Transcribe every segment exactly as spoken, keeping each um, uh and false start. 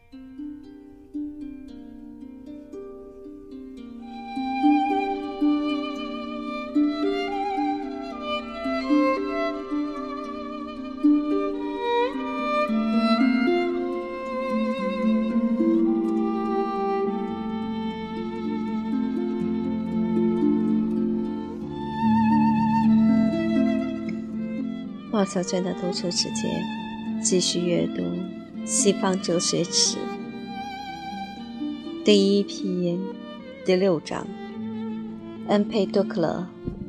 毛小娟的读书时间，继续阅读西方哲学史第一篇第六章，恩佩多克勒。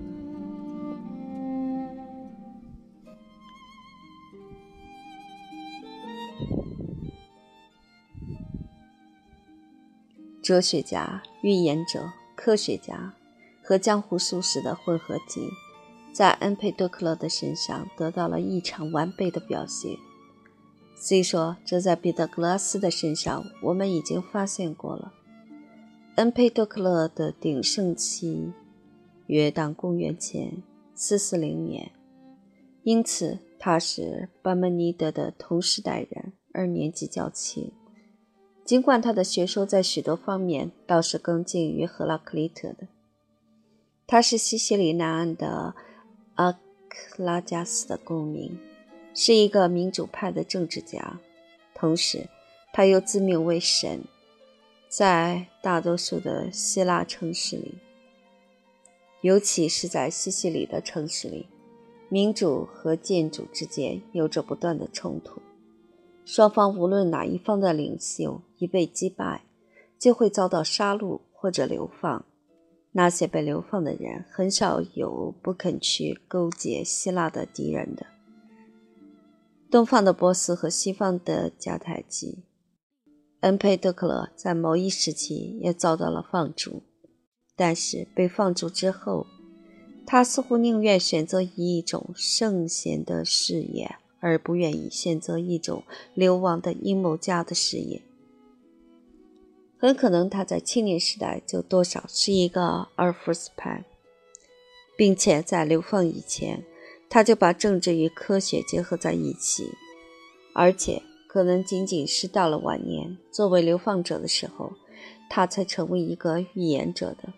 哲学家、预言者、科学家和江湖术士的混合体在恩佩多克勒的身上得到了异常完备的表现。虽说这在彼得格拉斯的身上我们已经发现过了。恩佩多克勒的鼎盛期约当公元前四四零年，因此他是巴门尼德的同时代人，而年纪较轻。尽管他的学说在许多方面倒是更近于赫拉克利特的。他是西西里南岸的阿克拉加斯的公民，是一个民主派的政治家，同时他又自命为神。在大多数的希腊城市里，尤其是在西西里的城市里，民主和建主之间有着不断的冲突。双方无论哪一方的领袖一被击败，就会遭到杀戮或者流放。那些被流放的人很少有不肯去勾结希腊的敌人的。东方的波斯和西方的迦太基，恩佩多克勒在某一时期也遭到了放逐，但是被放逐之后，他似乎宁愿选择以一种圣贤的事业，而不愿意选择一种流亡的阴谋家的事业。很可能他在青年时代就多少是一个阿尔弗斯派，并且在流放以前，他就把政治与科学结合在一起，而且可能仅仅是到了晚年，作为流放者的时候，他才成为一个预言者的。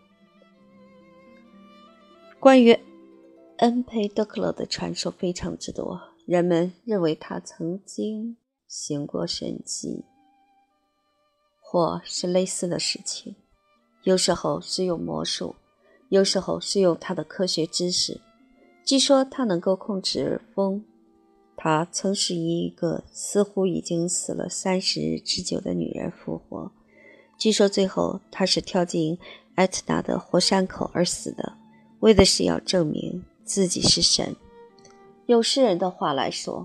关于恩佩多克勒的传说非常之多，人们认为他曾经行过神迹，或是类似的事情，有时候是用魔术，有时候是用他的科学知识。据说他能够控制风，他曾使一个似乎已经死了三十日之久的女人复活。据说最后他是跳进埃特纳的火山口而死的，为的是要证明自己是神。用诗人的话来说，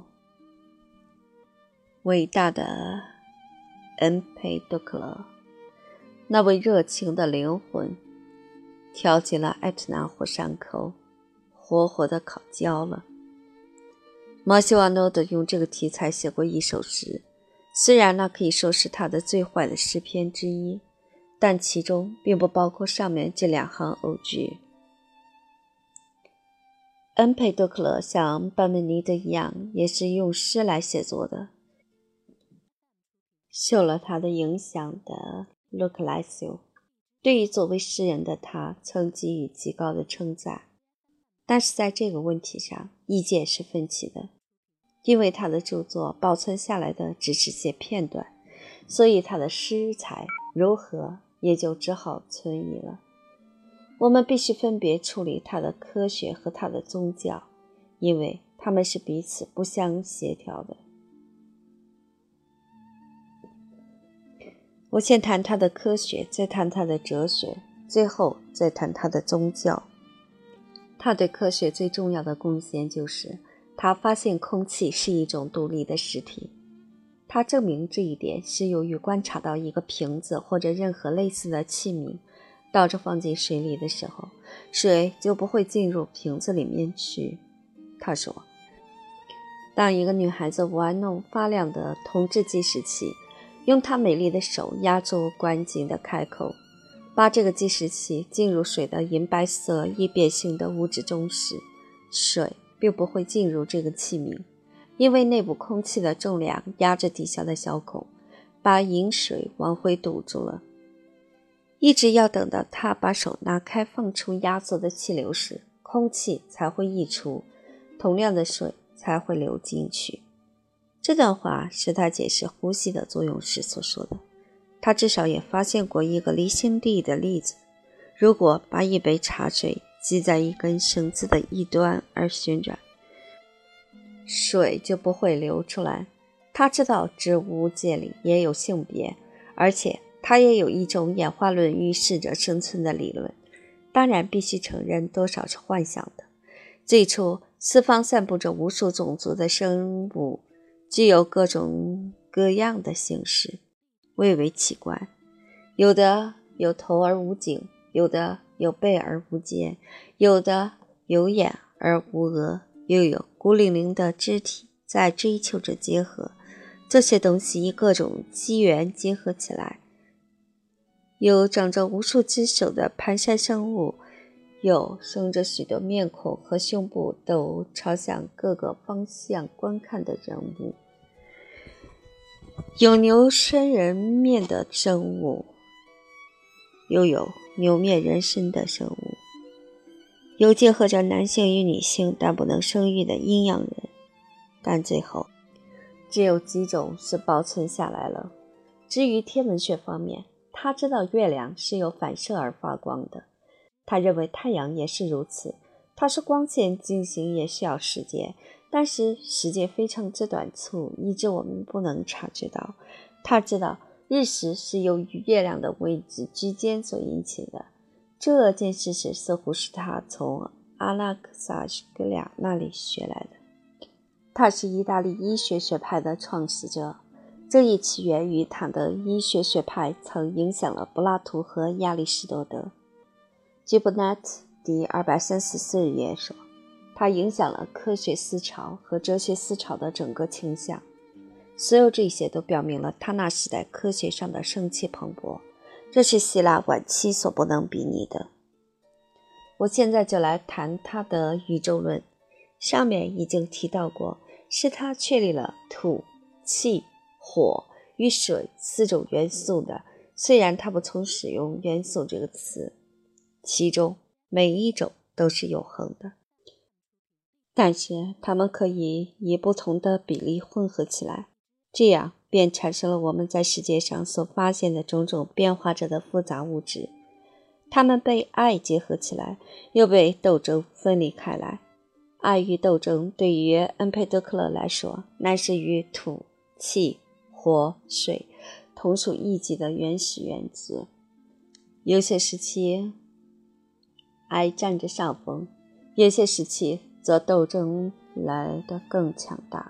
伟大的恩佩多克勒，那位热情的灵魂，跳进了埃特纳火山口，活活的烤焦了。马修瓦诺德用这个题材写过一首诗，虽然那可以说是他的最坏的诗篇之一，但其中并不包括上面这两行偶句。恩佩多克勒像巴门尼德一样，也是用诗来写作的。受了他的影响的卢克莱修对于作为诗人的他曾给予极高的称赞，但是在这个问题上意见是分歧的。因为他的著作保存下来的只是些片段，所以他的诗才如何也就只好存疑了。我们必须分别处理他的科学和他的宗教，因为他们是彼此不相协调的。我先谈他的科学，再谈他的哲学，最后再谈他的宗教。他对科学最重要的贡献就是他发现空气是一种独立的实体。他证明这一点是由于观察到一个瓶子或者任何类似的器皿倒着放进水里的时候，水就不会进入瓶子里面去。他说，当一个女孩子玩弄发亮的铜制计时器，用她美丽的手压住关紧的开口，把这个计时器进入水的银白色易变性的物质中时，水并不会进入这个器皿，因为内部空气的重量压着底下的小孔， 把饮水往回堵住了，一直要等到他把手拿开放出压缩的气流时，空气才会溢出，同量的水才会流进去。这段话是他解释呼吸的作用时所说的。他至少也发现过一个离心力的例子，如果把一杯茶水系在一根绳子的一端而旋转，水就不会流出来。他知道植物界里也有性别，而且他也有一种演化论与适者生存的理论，当然必须承认多少是幻想的。最初四方散布着无数种族的生物，具有各种各样的形式，蔚为奇怪，有的有头而无颈，有的有背而无肩，有的有眼而无额，又有孤零零的肢体在追求着结合。这些东西以各种机缘结合起来，有长着无数只手的蹒跚生物，有生着许多面孔和胸部都朝向各个方向观看的人物，有牛身人面的生物，又有牛面人身的生物，有结合着男性与女性但不能生育的阴阳人，但最后只有几种是保存下来了。至于天文学方面，他知道月亮是由反射而发光的，他认为太阳也是如此。他说光线进行也需要时间，但是时间非常之短促，以致我们不能察觉到。他知道日食是由于月亮的位置居间所引起的，这件事实似乎是他从阿拉克萨格俩那里学来的。他是意大利医学学派的创始者，这一起源于他的医学学派曾影响了柏拉图和亚里士多德。吉布奈特第二百三十四页说，他影响了科学思潮和哲学思潮的整个倾向。所有这些都表明了他那时代科学上的生气蓬勃，这是希腊晚期所不能比拟的。我现在就来谈他的宇宙论，上面已经提到过，是他确立了土、气、火与水四种元素的，虽然他不曾使用元素这个词，其中每一种都是永恒的，但是它们可以以不同的比例混合起来，这样便产生了我们在世界上所发现的种种变化着的复杂物质。它们被爱结合起来，又被斗争分离开来。爱与斗争对于恩佩德克勒来说，乃是与土、气、火、水同属一级的原始原子。有些时期爱占着上风，有些时期则斗争来得更强大。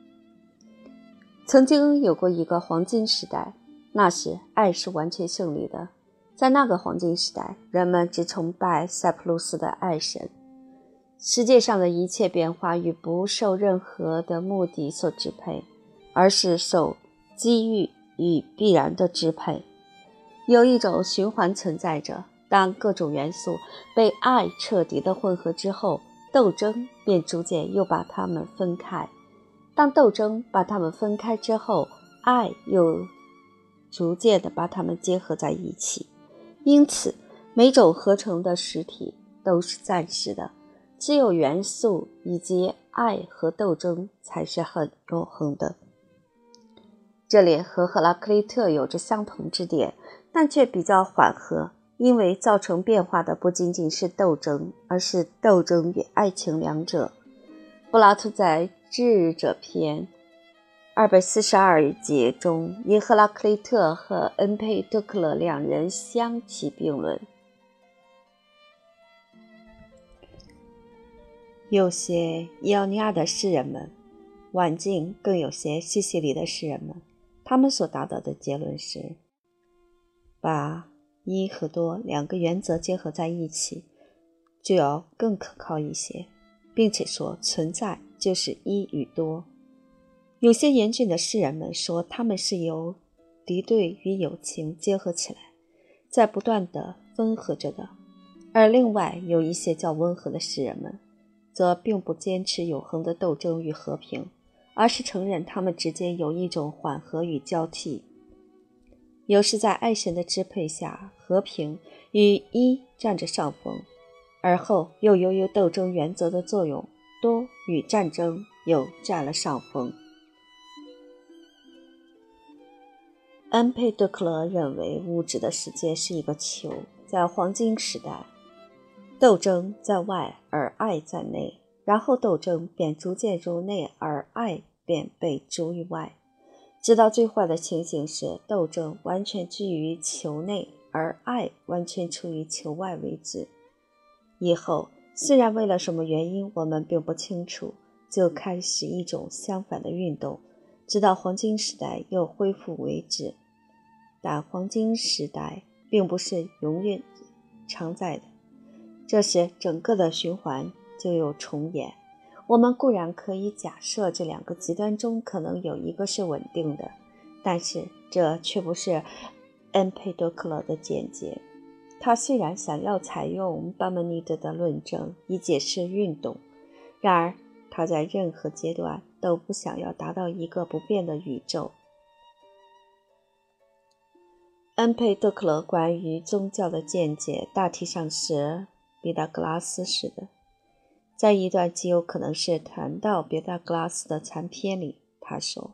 曾经有过一个黄金时代，那时爱是完全胜利的。在那个黄金时代，人们只崇拜塞浦路斯的爱神。世界上的一切变化与不受任何的目的所支配，而是受机遇与必然的支配。有一种循环存在着，当各种元素被爱彻底的混合之后，斗争便逐渐又把它们分开。当斗争把它们分开之后，爱又逐渐的把它们结合在一起。因此每种合成的实体都是暂时的，只有元素以及爱和斗争才是很永恒的。这里和赫拉克利特有着相同之点，但却比较缓和，因为造成变化的不仅仅是斗争，而是斗争与爱情两者。柏拉图在智者篇二百四十二节中，以赫拉克利特和恩佩德克勒两人相提并论。有些伊奥尼亚的诗人们，晚近更有些西西里的诗人们，他们所达到的结论是，把一和多两个原则结合在一起，就要更可靠一些，并且说存在就是一与多。有些严峻的诗人们说，他们是由敌对与友情结合起来，在不断地分合着的。而另外有一些较温和的诗人们，则并不坚持永恒的斗争与和平，而是承认他们之间有一种缓和与交替。 有时在爱神的支配下，和平与一占着上风，而后又由于斗争原则的作用，多与战争又占了上风。安佩德克勒认为物质的世界是一个球，在黄金时代，斗争在外而爱在内，然后斗争便逐渐入内，而爱便被逐于外，直到最坏的情形是斗争完全居于球内，而爱完全处于球外为止。以后虽然为了什么原因我们并不清楚，就开始一种相反的运动，直到黄金时代又恢复为止。但黄金时代并不是永远常在的，这时整个的循环就有重演。我们固然可以假设这两个极端中可能有一个是稳定的，但是这却不是恩佩德克勒的见解。他虽然想要采用巴门尼德的论证以解释运动，然而他在任何阶段都不想要达到一个不变的宇宙。恩佩德克勒关于宗教的见解大体上是毕达哥拉斯式的。在一段极有可能是谈到毕达哥拉斯的残篇里，他说，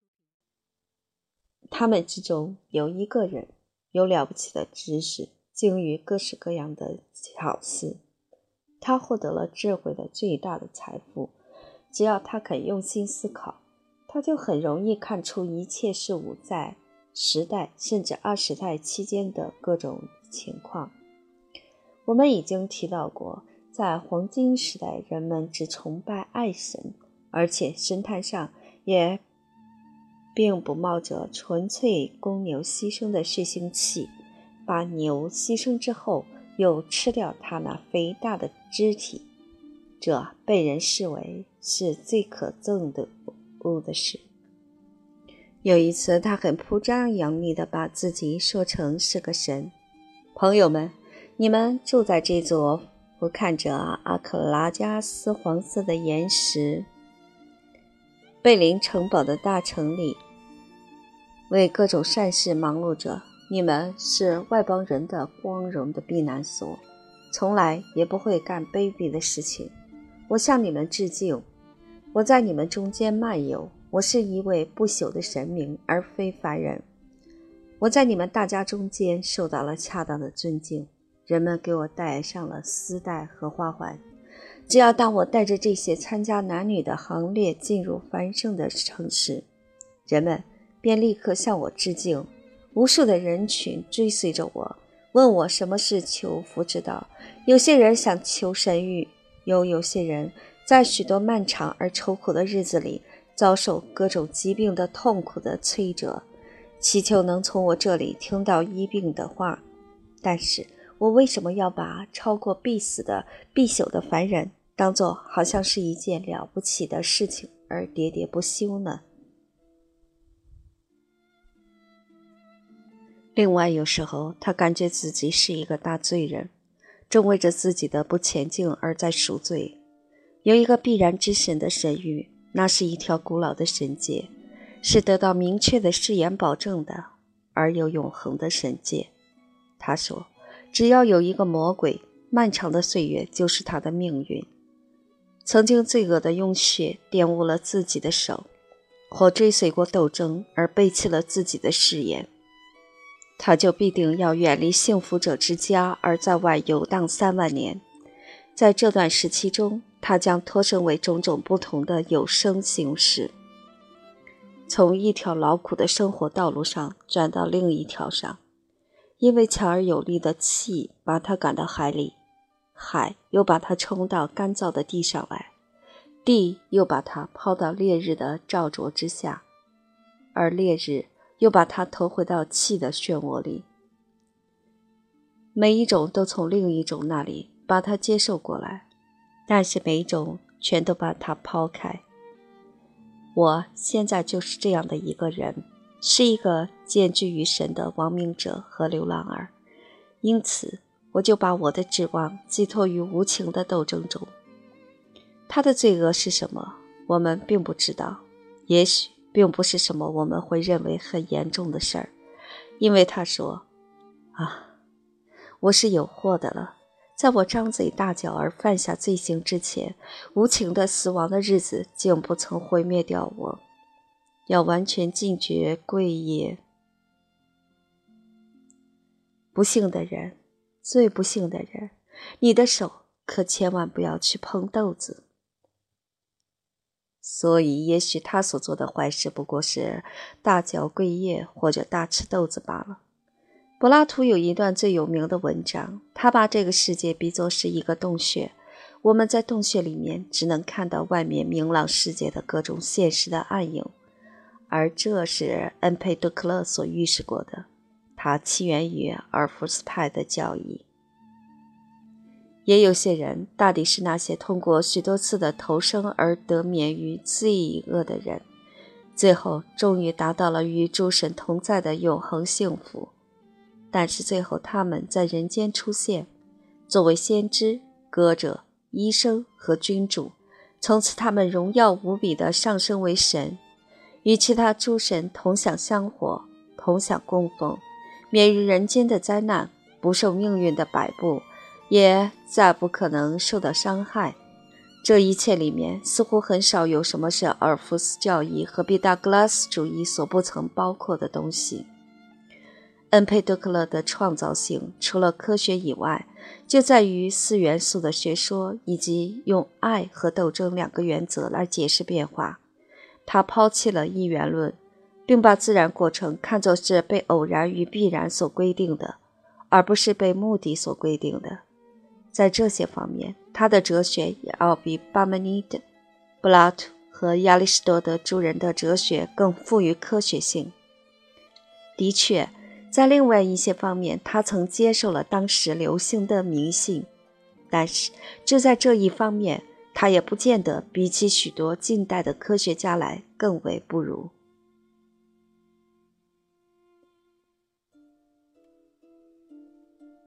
他们之中有一个人有了不起的知识，精于各式各样的巧思，他获得了智慧的最大的财富。只要他肯用心思考，他就很容易看出一切事物在十代甚至二十代期间的各种情况。我们已经提到过，在黄金时代，人们只崇拜爱神，而且神坛上也并不冒着纯粹供牛牺牲的血腥气，把牛牺牲之后又吃掉它那肥大的肢体，这被人视为是最可憎的恶的事。有一次，他很铺张扬厉地把自己说成是个神。朋友们，你们住在这座俯瞰着阿克拉加斯黄色的岩石贝林城堡的大城里，为各种善事忙碌着。你们是外邦人的光荣的避难所，从来也不会干卑鄙的事情。我向你们致敬，我在你们中间漫游，我是一位不朽的神明，而非凡人。我在你们大家中间受到了恰当的尊敬，人们给我戴上了丝带和花环。只要当我带着这些参加男女的行列进入繁盛的城市，人们便立刻向我致敬。无数的人群追随着我，问我什么是求福之道。有些人想求神谕，又有些人在许多漫长而愁苦的日子里遭受各种疾病的痛苦的摧折，祈求能从我这里听到医病的话。但是我为什么要把超过必死的必朽的凡人当作好像是一件了不起的事情而喋喋不休呢？另外，有时候他感觉自己是一个大罪人，正为着自己的不前进而在赎罪。有一个必然之神的神谕，那是一条古老的神界，是得到明确的誓言保证的，而又永恒的神界。他说，只要有一个魔鬼，漫长的岁月就是他的命运。曾经罪恶的用血玷污了自己的手，或追随过斗争而背弃了自己的誓言，他就必定要远离幸福者之家，而在外游荡三万年。在这段时期中，他将脱身为种种不同的有生形式，从一条劳苦的生活道路上转到另一条上。因为强而有力的气把他赶到海里，海又把他冲到干燥的地上来，地又把他抛到烈日的照灼之下，而烈日又把他投回到气的漩涡里。每一种都从另一种那里把他接受过来，但是每一种全都把他抛开。我现在就是这样的一个人，是一个兼具于神的亡命者和流浪儿，因此我就把我的指望寄托于无情的斗争中。他的罪恶是什么，我们并不知道，也许并不是什么我们会认为很严重的事儿， 因为他说：啊，我是有祸的了，在我张嘴大叫而犯下罪行之前，无情的死亡的日子竟不曾毁灭掉我。要完全禁绝贵业。不幸的人，最不幸的人，你的手可千万不要去碰豆子。所以也许他所做的坏事不过是大嚼桂叶或者大吃豆子罢了。柏拉图有一段最有名的文章，他把这个世界比作是一个洞穴，我们在洞穴里面只能看到外面明朗世界的各种现实的暗影，而这是恩佩多克勒所预示过的，它起源于阿尔弗斯派的教义。也有些人，大抵是那些通过许多次的投生而得免于罪恶的人，最后终于达到了与诸神同在的永恒幸福。但是最后他们在人间出现，作为先知、歌者、医生和君主，从此他们荣耀无比地上升为神，与其他诸神同享香火，同享供奉，免于人间的灾难，不受命运的摆布，也再不可能受到伤害。这一切里面似乎很少有什么是阿尔弗斯教义和毕达哥拉斯主义所不曾包括的东西。恩佩多克勒的创造性除了科学以外，就在于四元素的学说，以及用爱和斗争两个原则来解释变化。他抛弃了一元论，并把自然过程看作是被偶然与必然所规定的，而不是被目的所规定的。在这些方面，他的哲学也要比巴门尼德、柏拉图和亚里士多德诸人的哲学更富于科学性。的确，在另外一些方面，他曾接受了当时流行的迷信，但是就在这一方面，他也不见得比起许多近代的科学家来更为不如。